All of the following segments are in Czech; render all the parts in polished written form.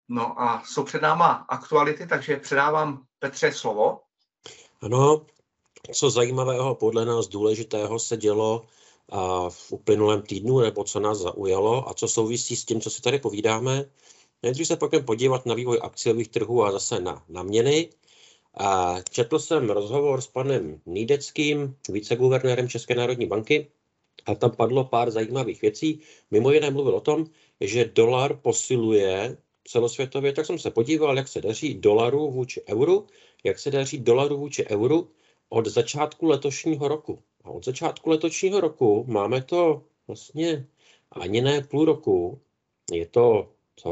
No a jsou před náma aktuality, takže předávám Petře slovo. Ano, co zajímavého, podle nás důležitého se dělo v uplynulém týdnu, nebo co nás zaujalo a co souvisí s tím, co si tady povídáme. Nejdřív se pojďme podívat na vývoj akciových trhů a zase na měny. Četl jsem rozhovor s panem Nýdeckým, viceguvernérem České národní banky, a tam padlo pár zajímavých věcí. Mimo jiné mluvil o tom, že dolar posiluje celosvětově, tak jsem se podíval, jak se daří dolaru vůči euru, od začátku letošního roku. A od začátku letošního roku máme to vlastně ani ne půl roku, je to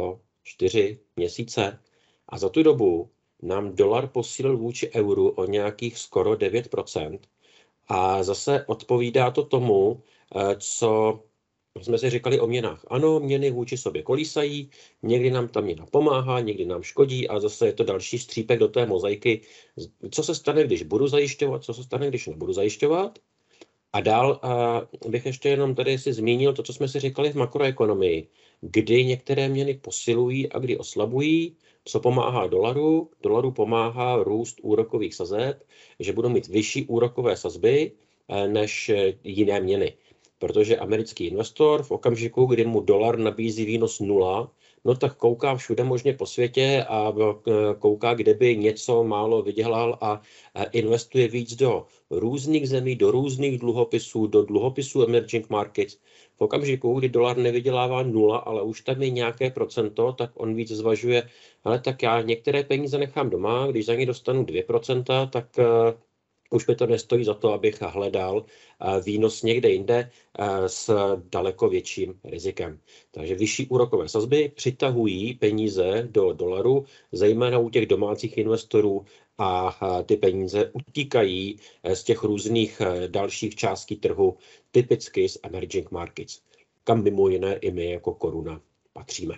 4 měsíce. A za tu dobu nám dolar posílil vůči euru o nějakých skoro 9%. A zase odpovídá to tomu, co jsme si říkali o měnách. Ano, měny vůči sobě kolísají, někdy nám ta měna pomáhá, někdy nám škodí a zase je to další střípek do té mozaiky. Co se stane, když budu zajišťovat, co se stane, když nebudu zajišťovat. A dál bych ještě jenom tady si zmínil to, co jsme si říkali v makroekonomii, kdy některé měny posilují a kdy oslabují, co pomáhá dolaru. Dolaru pomáhá růst úrokových sazeb, že budou mít vyšší úrokové sazby než jiné měny. Protože americký investor v okamžiku, kdy mu dolar nabízí výnos 0, no tak kouká všude možně po světě a kouká, kde by něco málo vydělal a investuje víc do různých zemí, do různých dluhopisů, do dluhopisů emerging markets. V okamžiku, kdy dolar nevydělává 0, ale už tam je nějaké procento, tak on víc zvažuje, ale tak já některé peníze nechám doma, když za ně dostanu 2%, tak už mi to nestojí za to, abych hledal výnos někde jinde s daleko větším rizikem. Takže vyšší úrokové sazby přitahují peníze do dolaru, zejména u těch domácích investorů, a ty peníze utíkají z těch různých dalších částí trhu, typicky z emerging markets, kam mimo jiné i my jako koruna patříme.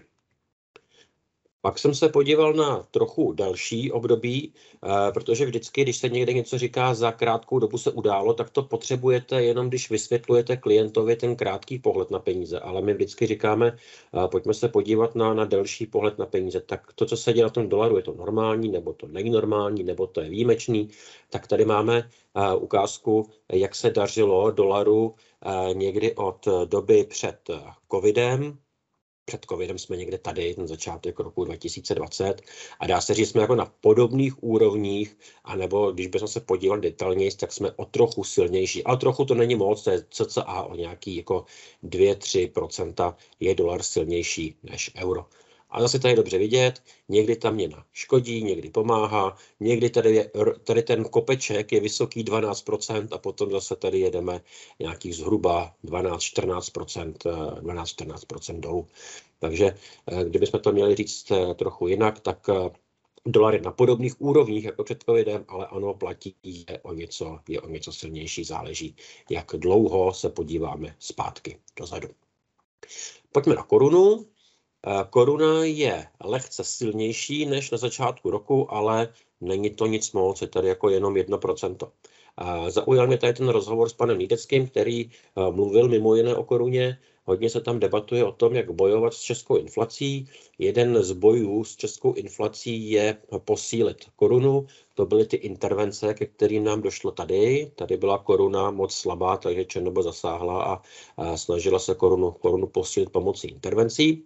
Pak jsem se podíval na trochu další období, protože vždycky, když se někde něco říká za krátkou dobu se událo, tak to potřebujete jenom, když vysvětlujete klientovi ten krátký pohled na peníze. Ale my vždycky říkáme, pojďme se podívat na delší pohled na peníze. Tak to, co se děje na tom dolaru, je to normální, nebo to není normální, nebo to je výjimečný. Tak tady máme ukázku, jak se dařilo dolaru někdy od doby před covidem. Před covidem jsme někde tady, ten začátek roku 2020 a dá se říct, jsme jako na podobných úrovních, anebo když bychom se podívali detailněji, tak jsme o trochu silnější. A trochu to není moc, to je cca o nějaký jako 2-3% je dolar silnější než euro. A zase tady je dobře vidět, někdy ta měna škodí, někdy pomáhá, někdy tady ten kopeček je vysoký 12% a potom zase tady jedeme nějakých zhruba 12-14% dolů. Takže kdybychom to měli říct trochu jinak, tak dolar je na podobných úrovních jako před covidem, ale ano, platí je o něco silnější, záleží, jak dlouho se podíváme zpátky dozadu. Pojďme na korunu. Koruna je lehce silnější než na začátku roku, ale není to nic moc, je tady jako jenom 1%. Zaujal mě tady ten rozhovor s panem Nýdeckým, který mluvil mimo jiné o koruně. Hodně se tam debatuje o tom, jak bojovat s českou inflací. Jeden z bojů s českou inflací je posílit korunu. To byly ty intervence, ke kterým nám došlo tady. Tady byla koruna moc slabá, takže ČNB zasáhla a snažila se korunu posílit pomocí intervencí.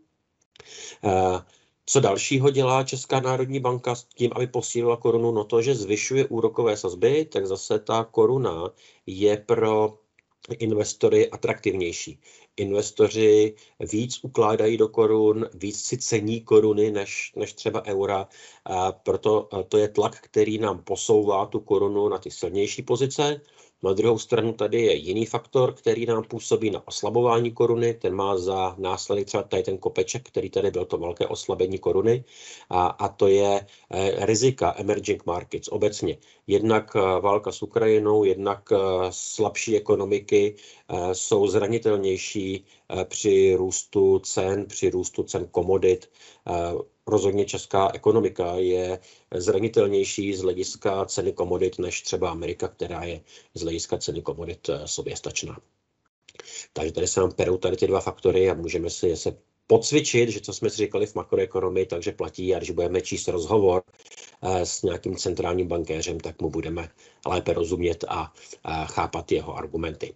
Co dalšího dělá Česká národní banka s tím, aby posílila korunu? No to, že zvyšuje úrokové sazby, tak zase ta koruna je pro investory atraktivnější. Investoři víc ukládají do korun, víc si cení koruny než třeba eura. Proto to je tlak, který nám posouvá tu korunu na ty silnější pozice. Na druhou stranu tady je jiný faktor, který nám působí na oslabování koruny. Ten má za následek třeba tady ten kopeček, který tady byl, to velké oslabení koruny. A to je rizika emerging markets obecně. Jednak válka s Ukrajinou, jednak slabší ekonomiky jsou zranitelnější při růstu cen komodit. Rozhodně česká ekonomika je zranitelnější z hlediska ceny komodit než třeba Amerika, která je z hlediska ceny komodit soběstačná. Takže tady se nám perou tady ty dva faktory a můžeme si je se pocvičit, že co jsme si říkali v makroekonomii, takže platí, a když budeme číst rozhovor s nějakým centrálním bankéřem, tak mu budeme lépe rozumět a chápat jeho argumenty.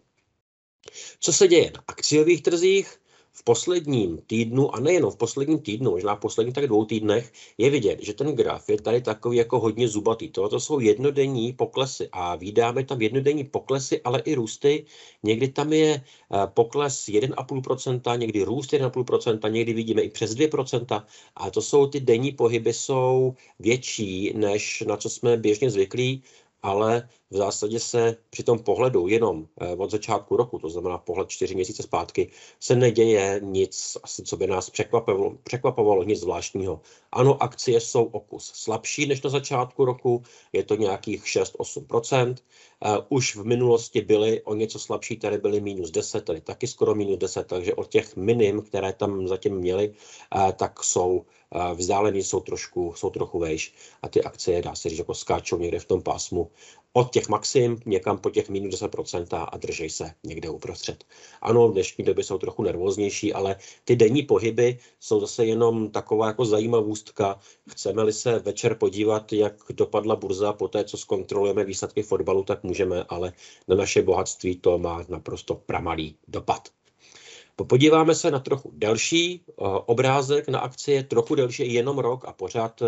Co se děje na akciových trzích? V posledním týdnu, a nejenom v posledním týdnu, možná v posledních tak 2 týdnech, je vidět, že ten graf je tady takový jako hodně zubatý. Tohle jsou jednodenní poklesy a vídáme tam jednodenní poklesy, ale i růsty. Někdy tam je pokles 1,5%, někdy růst 1,5%, někdy vidíme i přes 2%. A to jsou ty denní pohyby, jsou větší, než na co jsme běžně zvyklí. Ale v zásadě se při tom pohledu jenom od začátku roku, to znamená pohled 4 měsíce zpátky, se neděje nic, asi co by nás překvapovalo, nic zvláštního. Ano, akcie jsou o kus slabší než na začátku roku, je to nějakých 6-8%. Už v minulosti byly o něco slabší, tady byly -10, tady taky skoro -10, takže od těch minim, které tam zatím měly, tak jsou vzdálený, jsou trochu vejš a ty akcie, dá se říct, jako skáčou někde v tom pásmu od těch maxim někam po těch -10% a držej se někde uprostřed. Ano, v dnešní době jsou trochu nervóznější, ale ty denní pohyby jsou zase jenom taková jako zajímavostka. Chceme-li se večer podívat, jak dopadla burza po té, co zkontrolujeme výsledky fotbalu, tak můžeme, ale na naše bohatství to má naprosto pramalý dopad. Podíváme se na trochu delší obrázek na akcie, trochu delší, jenom rok a pořád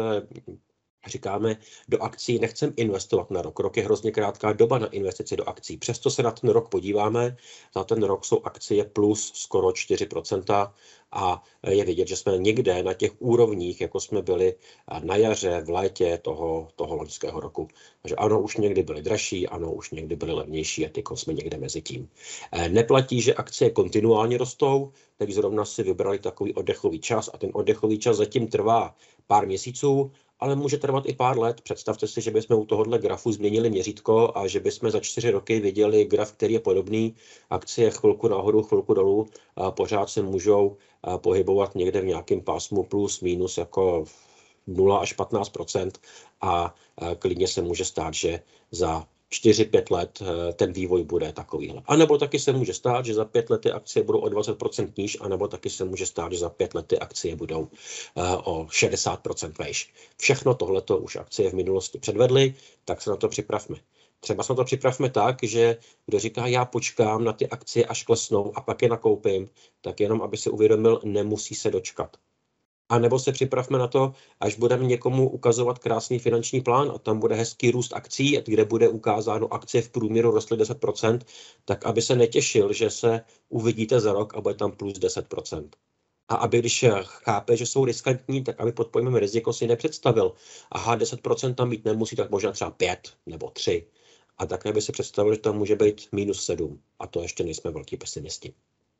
říkáme, do akcí nechcem investovat na rok. Rok je hrozně krátká doba na investici do akcí. Přesto se na ten rok podíváme. Za ten rok jsou akcie plus skoro 4% a je vidět, že jsme někde na těch úrovních, jako jsme byli na jaře, v létě toho loňského roku. Takže ano, už někdy byly dražší, ano, už někdy byly levnější a teď jsme někde mezi tím. Neplatí, že akcie kontinuálně rostou, tak zrovna si vybrali takový oddechový čas a ten oddechový čas zatím trvá pár měsíců, ale může trvat i pár let. Představte si, že bychom u tohohle grafu změnili měřítko a že bychom za 4 roky viděli graf, který je podobný. Akcie chvilku nahoru, chvilku dolů, pořád se můžou pohybovat někde v nějakém pásmu plus, minus jako 0 až 15% a klidně se může stát, že za 4-5 let ten vývoj bude takovýhle. A nebo taky se může stát, že za 5 let ty akcie budou o 20% níž, anebo taky se může stát, že za 5 let ty akcie budou o 60% vejš. Všechno tohleto už akcie v minulosti předvedly, tak se na to připravme. Třeba se na to připravme tak, že kdo říká, já počkám na ty akcie, až klesnou a pak je nakoupím, tak jenom, aby se uvědomil, nemusí se dočkat. A nebo se připravme na to, až budeme někomu ukazovat krásný finanční plán a tam bude hezký růst akcí, kde bude ukázáno, akcie v průměru rostly 10%, tak aby se netěšil, že se uvidíte za rok a bude tam plus 10%. A aby když chápe, že jsou riskantní, tak aby pod pojmem riziko si nepředstavil. Aha, 10% tam být nemusí, tak možná třeba 5 nebo 3. A tak aby si představil, že tam může být -7. A to ještě nejsme velký pesimisti.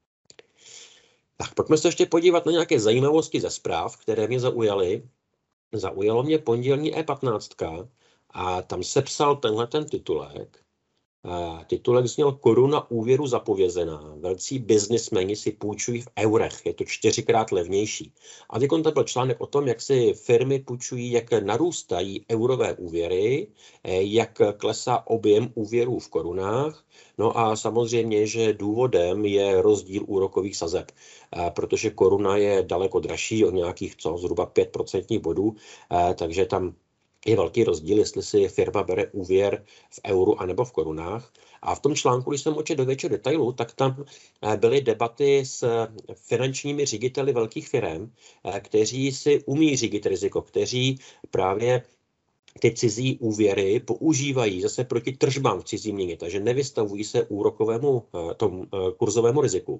Tak pojďme se ještě podívat na nějaké zajímavosti ze zpráv, které mě zaujaly. Zaujalo mě pondělní E15 a tam se psal tenhle ten titulek. Titulek zněl koruna úvěru zapovězená. Velcí biznismeni si půjčují v eurech. Je to 4krát levnější. A teď tam byl článek o tom, jak si firmy půjčují, jak narůstají eurové úvěry, jak klesá objem úvěrů v korunách. No a samozřejmě, že důvodem je rozdíl úrokových sazeb, protože koruna je daleko dražší o nějakých zhruba 5% bodů, takže tam je velký rozdíl, jestli si firma bere úvěr v euru anebo v korunách. A v tom článku, když jsem očetl do většího detailu, tak tam byly debaty s finančními řediteli velkých firm, kteří si umí řídit riziko, kteří právě ty cizí úvěry používají zase proti tržbám v cizí měně, takže nevystavují se úrokovému kurzovému riziku.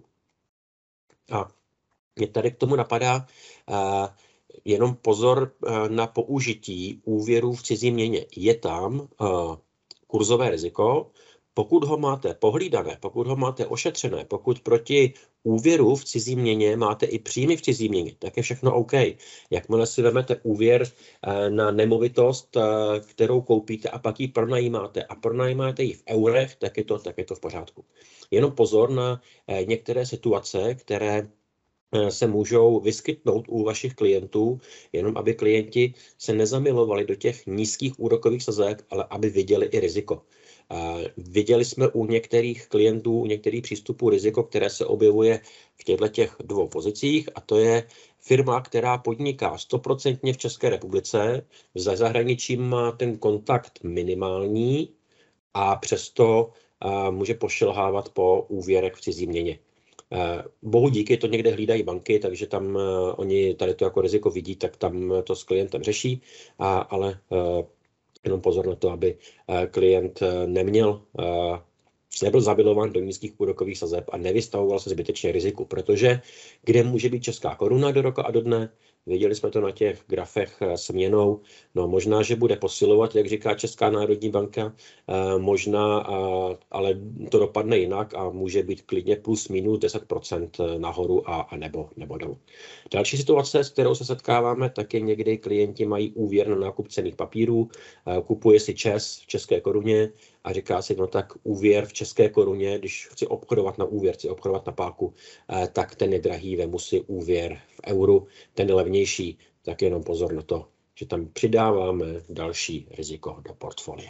A mě tady k tomu napadá jenom pozor na použití úvěrů v cizí měně. Je tam kurzové riziko, pokud ho máte pohlídané, pokud ho máte ošetřené, pokud proti úvěru v cizí měně máte i příjmy v cizí měně, tak je všechno OK. Jakmile si vezmete úvěr na nemovitost, kterou koupíte a pak ji pronajímáte a pronajímáte ji v eurech, tak je to v pořádku. Jenom pozor na některé situace, které se můžou vyskytnout u vašich klientů, jenom aby klienti se nezamilovali do těch nízkých úrokových sazeb, ale aby viděli i riziko. Viděli jsme u některých klientů, u některých přístupů riziko, které se objevuje v těchto dvou pozicích, a to je firma, která podniká 100% v České republice, za zahraničím má ten kontakt minimální a přesto může pošilhávat po úvěrech v cizí měně. Bohu díky to někde hlídají banky, takže tam oni tady to jako riziko vidí, tak tam to s klientem řeší, ale jenom pozor na to, aby klient nebyl zabilován do nízkých úrokových sazeb a nevystavoval se zbytečně riziku, protože kde může být česká koruna do roka a do dne, viděli jsme to na těch grafech s měnou, no možná, že bude posilovat, jak říká Česká národní banka, možná, ale to dopadne jinak a může být klidně plus minus 10% nahoru a nebo dolů. Další situace, s kterou se setkáváme, tak je někdy klienti mají úvěr na nákup cenných papírů, kupuje si ČES v české koruně a říká si, no tak úvěr v české koruně, když chci obchodovat na úvěr, chci obchodovat na páku, tak ten je drahý, vemu si úvěr v euru, ten je levnější, tak jenom pozor na to, že tam přidáváme další riziko do portfolia.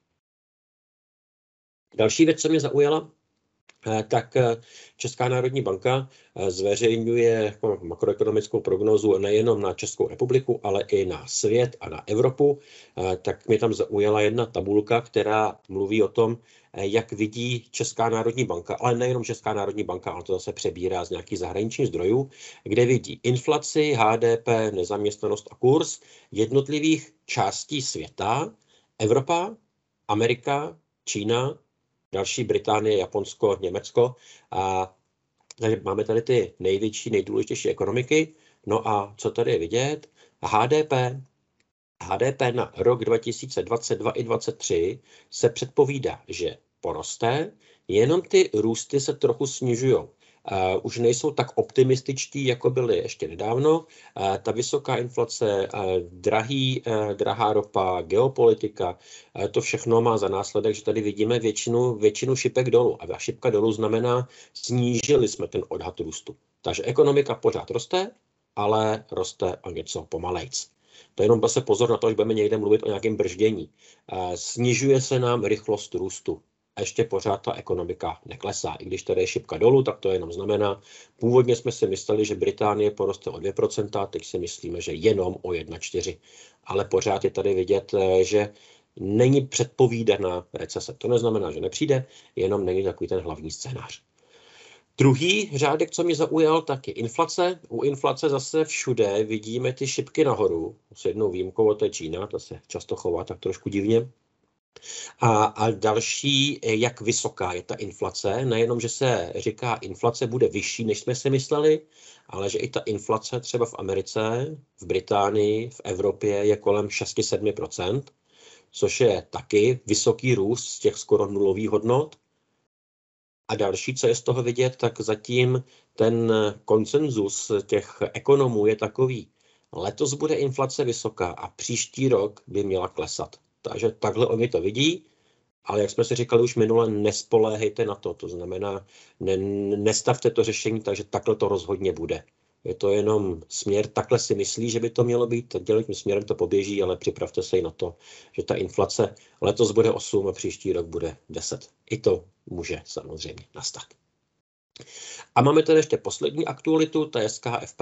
Další věc, co mě zaujala, tak Česká národní banka zveřejňuje makroekonomickou prognózu nejenom na Českou republiku, ale i na svět a na Evropu. Tak mě tam zaujala jedna tabulka, která mluví o tom, jak vidí Česká národní banka, ale nejenom Česká národní banka, ale to zase přebírá z nějakých zahraničních zdrojů, kde vidí inflaci, HDP, nezaměstnanost a kurz jednotlivých částí světa, Evropa, Amerika, Čína, další Británie, Japonsko, Německo. Takže máme tady ty největší, nejdůležitější ekonomiky. No a co tady je vidět? HDP na rok 2022 i 2023 se předpovídá, že poroste, jenom ty růsty se trochu snižují. Už nejsou tak optimističtí, jako byly ještě nedávno. Ta vysoká inflace, drahá ropa, geopolitika, to všechno má za následek, že tady vidíme většinu šipek dolů. A šipka dolů znamená, snížili jsme ten odhad růstu. Takže ekonomika pořád roste, ale roste o něco pomalejc. To jenom se pozor na to, že budeme někde mluvit o nějakém brždění. Snižuje se nám rychlost růstu. A ještě pořád ta ekonomika neklesá. I když tady je šipka dolů, tak to jenom znamená, původně jsme si mysleli, že Británie poroste o 2%, teď si myslíme, že jenom o 1,4%. Ale pořád je tady vidět, že není předpovídaná recese. To neznamená, že nepřijde, jenom není takový ten hlavní scénář. Druhý řádek, co mě zaujal, tak je inflace. U inflace zase všude vidíme ty šipky nahoru. S jednou výjimkou, to je Čína, ta se často chová tak trošku divně. A další, jak vysoká je ta inflace. Nejenom, že se říká, inflace bude vyšší, než jsme si mysleli, ale že i ta inflace třeba v Americe, v Británii, v Evropě je kolem 6-7%, což je taky vysoký růst z těch skoro nulových hodnot. A další, co je z toho vidět, tak zatím ten konsenzus těch ekonomů je takový. Letos bude inflace vysoká a příští rok by měla klesat. Takže takhle oni to vidí, ale jak jsme si říkali už minule, nespoléhejte na to. To znamená, nestavte to řešení, takže takhle to rozhodně bude. Je to jenom směr, takhle si myslí, že by to mělo být, dělitým směrem to poběží, ale připravte se i na to, že ta inflace letos bude 8 a příští rok bude 10. I to může samozřejmě nastat. A máme tady ještě poslední aktualitu, to je z KFP.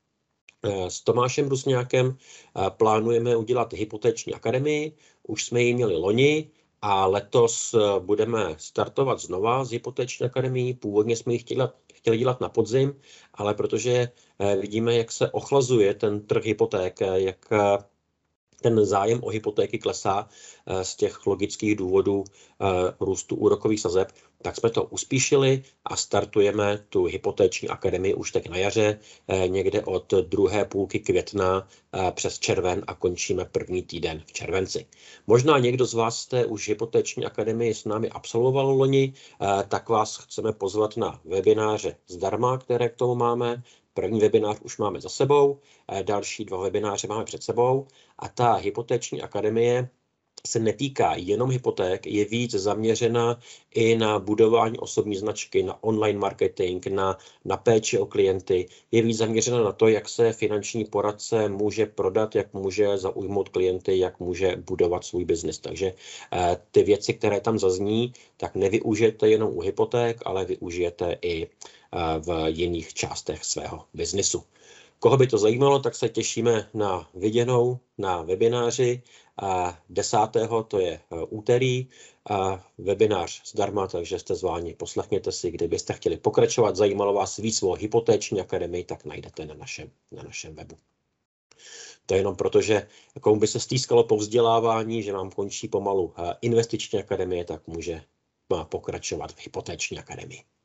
S Tomášem Rusňákem plánujeme udělat hypoteční akademii, už jsme ji měli loni a letos budeme startovat znova s hypoteční akademií. Původně jsme ji chtěli dělat na podzim, ale protože vidíme, jak se ochlazuje ten trh hypoték, jak ten zájem o hypotéky klesá z těch logických důvodů růstu úrokových sazeb, tak jsme to uspíšili a startujeme tu hypoteční akademii už tak na jaře, někde od druhé půlky května přes červen a končíme první týden v červenci. Možná někdo z vás jste už hypoteční akademii s námi absolvoval loni, tak vás chceme pozvat na webináře zdarma, které k tomu máme. První webinář už máme za sebou, další 2 webináře máme před sebou a ta hypoteční akademie se netýká jenom hypoték, je víc zaměřena i na budování osobní značky, na online marketing, na péči o klienty. Je víc zaměřena na to, jak se finanční poradce může prodat, jak může zaujmout klienty, jak může budovat svůj biznis. Takže ty věci, které tam zazní, tak nevyužijete jenom u hypoték, ale využijete i v jiných částech svého biznisu. Koho by to zajímalo, tak se těšíme na viděnou na webináři 10. to je úterý, webinář zdarma, takže jste zváni, poslechněte si, kdybyste chtěli pokračovat, zajímalo vás víc o hypotéční akademii, tak najdete na našem webu. To je jenom proto, že komu by se stýskalo po vzdělávání, že vám končí pomalu investiční akademie, tak má pokračovat v hypotéční akademii.